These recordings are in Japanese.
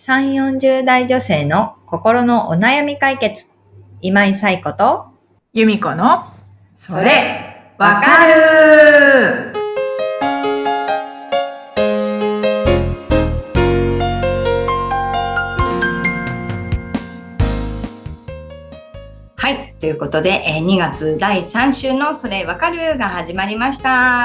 3、40代女性の心のお悩み解決。今井彩子と由美子のそれわかる。 はい、ということで、2月第3週のそれわかるが始まりました。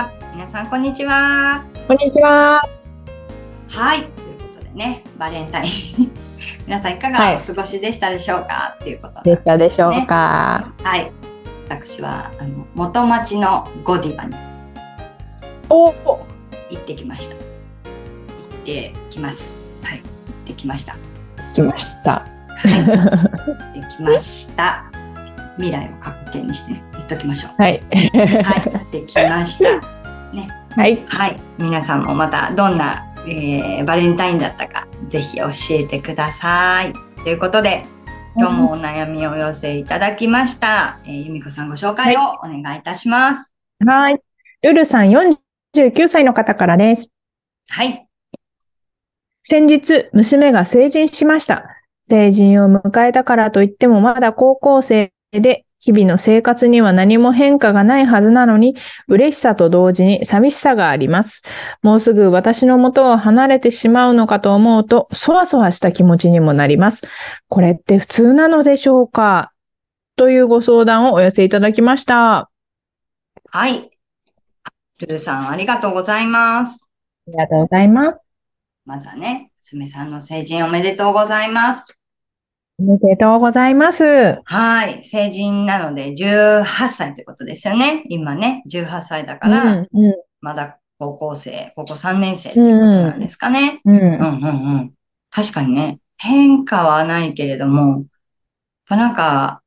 皆さんこんにちは。 こんにちは。 はい、ということでね、バレンタイン皆さんいかがお過ごしでしたでしょうか、っていうことなんですね。 でしたでしょうか。 はい、私は元町のゴディバに行ってきました。行ってきます。はい、行ってきました。 来ました。 はい、行ってきました。未来を過去形にして言っときましょう。 はい。 はい、行ってきました。ね。 はい。 はい。皆さんもまたどんな、バレンタインだったかぜひ教えてください。ということで、今日もお悩みをお寄せいただきました。由美子さんご紹介をお願いいたします。 はい。ルルさん49歳の方からです。 はい。 先日、娘が成人しました。成人を迎えたからといってもまだ高校生で、日々の生活には何も変化がないはずなのに、嬉しさと同時に寂しさがあります。もうすぐ私の元を離れてしまうのかと思うと、そわそわした気持ちにもなります。これって普通なのでしょうか？というご相談をお寄せいただきました。 はい。ルルさんありがとうございます。 ありがとうございます。 まずはね、娘さんの成人おめでとうございます。 おめでとうございます。 はい。成人なので18歳ってことですよね。今ね、18歳だから、まだ高校3年生っていうことなんですかね。確かにね、変化はないけれども、なんか、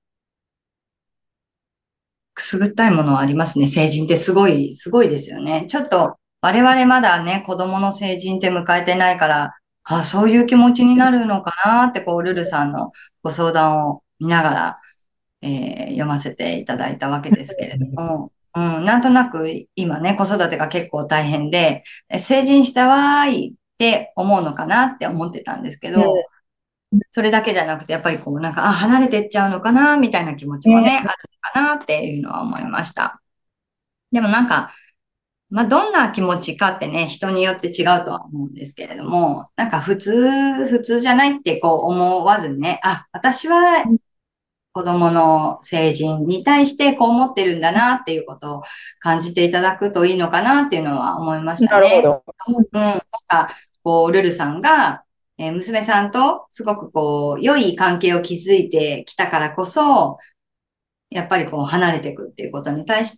くすぐったいものはありますね。成人ってすごいですよね。ちょっと、我々まだね、子供の成人って迎えてないから、そういう気持ちになるのかなって、ルルさんのご相談を見ながら、読ませていただいたわけですけれども、なんとなく今ね、子育てが結構大変で、成人したわーいって思うのかなって思ってたんですけど、それだけじゃなくて、やっぱりなんか、離れてっちゃうのかなみたいな気持ちもね、あるのかなっていうのは思いました。でもなんか、どんな気持ちかってね、人によって違うとは思うんですけれども、なんか普通じゃないって思わずにね、私は子供の成人に対してこう思ってるんだなっていうことを感じていただくといいのかなっていうのは思いましたね。 なるほど。 なんか、ルルさんが、娘さんとすごく良い関係を築いてきたからこそ、やっぱり離れていくっていうことに対して、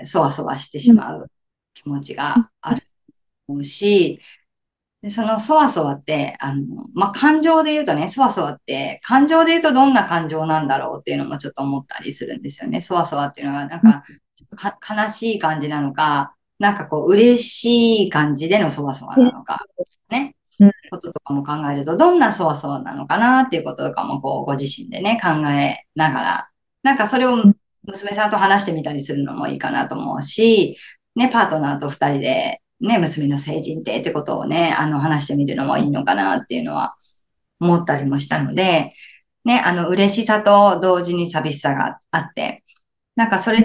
そわそわしてしまう気持ちがあると思うし、で、そのそわそわって、感情で言うとね、そわそわって、感情で言うとどんな感情なんだろうっていうのもちょっと思ったりするんですよね。そわそわっていうのが、なんか、ちょっと悲しい感じなのか、なんか嬉しい感じでのそわそわなのか、ね。こととかも考えると、どんなそわそわなのかなっていうこととかも、ご自身でね、考えながら、なんかそれを娘さんと話してみたりするのもいいかなと思うし、ね、パートナーと二人で、ね、娘の成人ってことをね、話してみるのもいいのかなっていうのは思ったりもしたので、ね、嬉しさと同時に寂しさがあって、なんかそれって、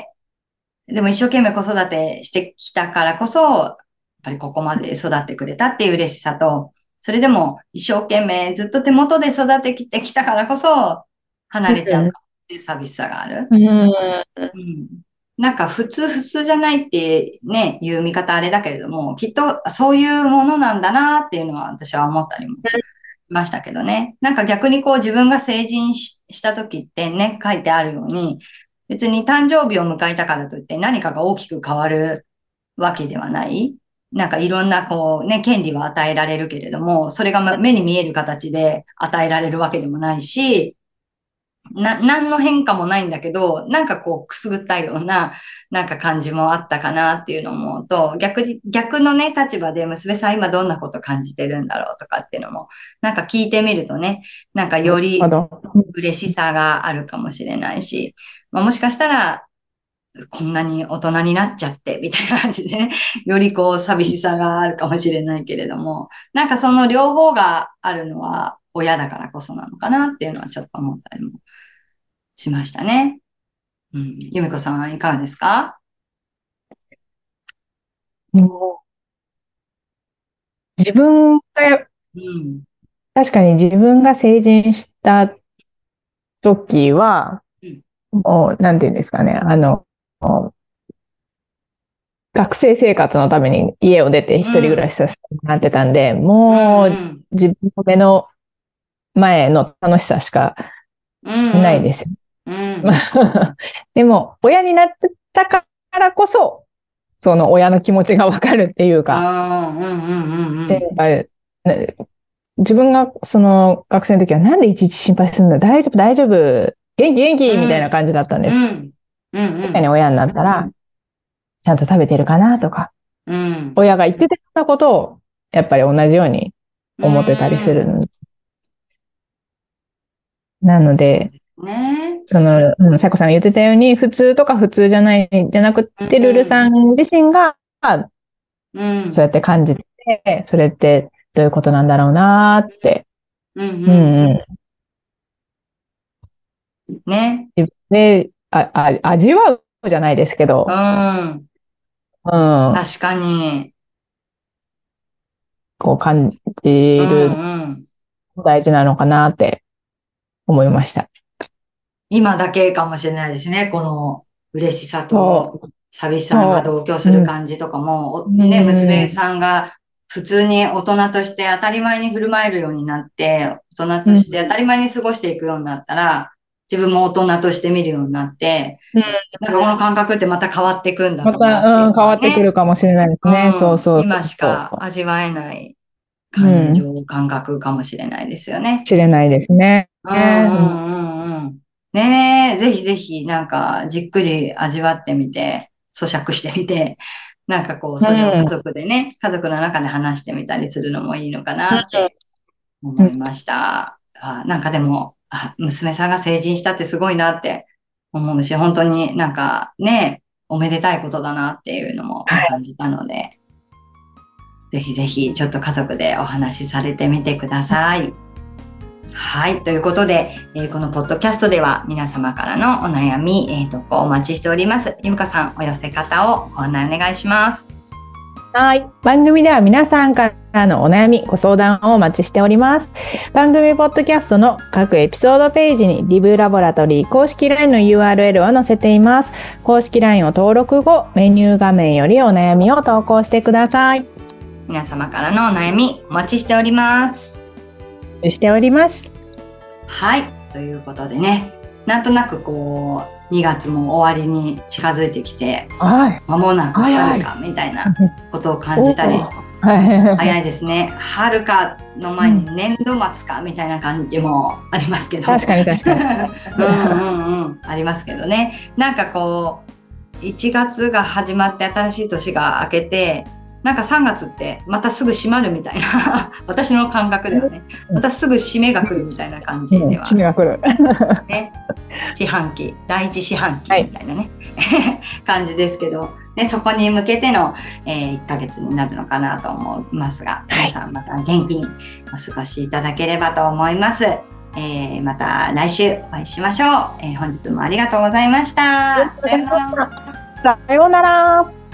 でも一生懸命子育てしてきたからこそ、やっぱりここまで育ってくれたっていう嬉しさと、それでも一生懸命ずっと手元で育ててきたからこそ、離れちゃうかもっていう寂しさがある。なんか普通じゃないってね、いう見方あれだけれども、きっとそういうものなんだなっていうのは私は思ったりもしましたけどね。なんか逆に自分が成人した時ってね、書いてあるように、別に誕生日を迎えたからといって何かが大きく変わるわけではない。なんかいろんな権利は与えられるけれども、それが目に見える形で与えられるわけでもないし、何の変化もないんだけど、なんかくすぐったいような、なんか感じもあったかなっていうのも思うと、逆のね、立場で娘さん今どんなこと感じてるんだろうとかっていうのも、なんか聞いてみるとね、なんかより嬉しさがあるかもしれないし、もしかしたら、 こんなに大人になっちゃって、みたいな感じでね、よりこう寂しさがあるかもしれないけれども、なんかその両方があるのは親だからこそなのかなっていうのはちょっと思ったりもしましたね。うん。由美子さんいかがですか？ もう自分が、 うん。 確かに自分が成人した時は、 うん。 もう、なんていうんですかね、学生生活のために家を出て一人暮らしさせてもらってたんで、 うん。 もううん。 自分の目の前の楽しさしかうん。 ないですよ。 うん。 でも、親になったからこそ、その親の気持ちがわかるっていうか、 ああ、うんうんうんうん。 心配、ね自分がその学生の時はなんでいちいち心配するんだ、大丈夫、大丈夫、元気、元気みたいなうん。 感じだったんです。 うん。うんう確かにん。 親になったら、ちゃんと食べてるかなとか、 うん。 親が言ってたようなことを、やっぱり同じようにう思ってたりするん。 の。なので、 そうですね。 その、さこさんが言ってたように、普通とか普通じゃない、じゃなくうて、ルルさん。 ん自身が、 うん。 そうやって感じて、それってどういうことなんだろうなって、 うんううん。 んうん。 ね。 で、味わうじゃないですけうど、 ん。 うん、 確かに。 こう感じうんるうん。 大事なのかなって思いました。 今だけかもしれないですね。この嬉しさとそう、 寂しさがそ同居すう、うん、 る感じとかも、 うね、娘ん、 さんが普通に大人として当たり前に振る舞えるようになって、大人うん、 として当たり前に過ごしていくようになったら、自分も大人として見るようになって、 うん。 なんかこの感覚ってまた変わっていくんだろうなっていまた、 うの変わってくはね、 るかもしれないですうね。そうん、 そうそ今しかう味わえないうん、 感情、感覚かもしれないですよね。 知れないですね。 うんううん、 んうんうん。ねえ、ぜひぜひなんかじっくり味わってみて、咀嚼してみて、なんかこう、 うそれを家ん、 族でね、家族の中で話してみたりするのもいいのかなってうん、 思いました。なんかでも、娘さんが成人したってすごいなって思うし、本当になんかね、おめでたいことだなっていうのもはい。 感じたので、ぜひぜひちょっと家族でお話しされてみてください。はい。ということで、このポッドキャストでは皆様からのお悩み、お待ちしております。ゆむかさん、お寄せ方をご案内お願いします。 はい。番組では皆さんからのお悩み、ご相談をお待ちしております。番組ポッドキャストの各エピソードページにリブラボラトリー公式 LINE の URL を載せています。公式 LINE を登録後、メニュー画面よりお悩みを投稿してください。 皆様からのお悩み、お待ちしております。 しております。 はい。ということでね、なんとなくこう、2月も終わりに近づいてきて、 はい。 間もなく春かみたいなことを感じたり、早いですね。春かの前に年度末かみたいな感じもありますけど。 確かに確かに。 ありますけどね。なんかこう、1月が始まって新しい年が明けて、なんか3月ってまたすぐ閉まるみたいな、私の感覚ではね、またすぐ締めが来るみたいな感じでは、 締めが来る。 ね、四半期、第一四半期みたいなね、感じですけど、ね、そこに向けての、1ヶ月になるのかなと思いますが、皆さんまた元気にお過ごしいただければと思います。また来週お会いしましょう。本日もありがとうございました。さようなら。 さようなら。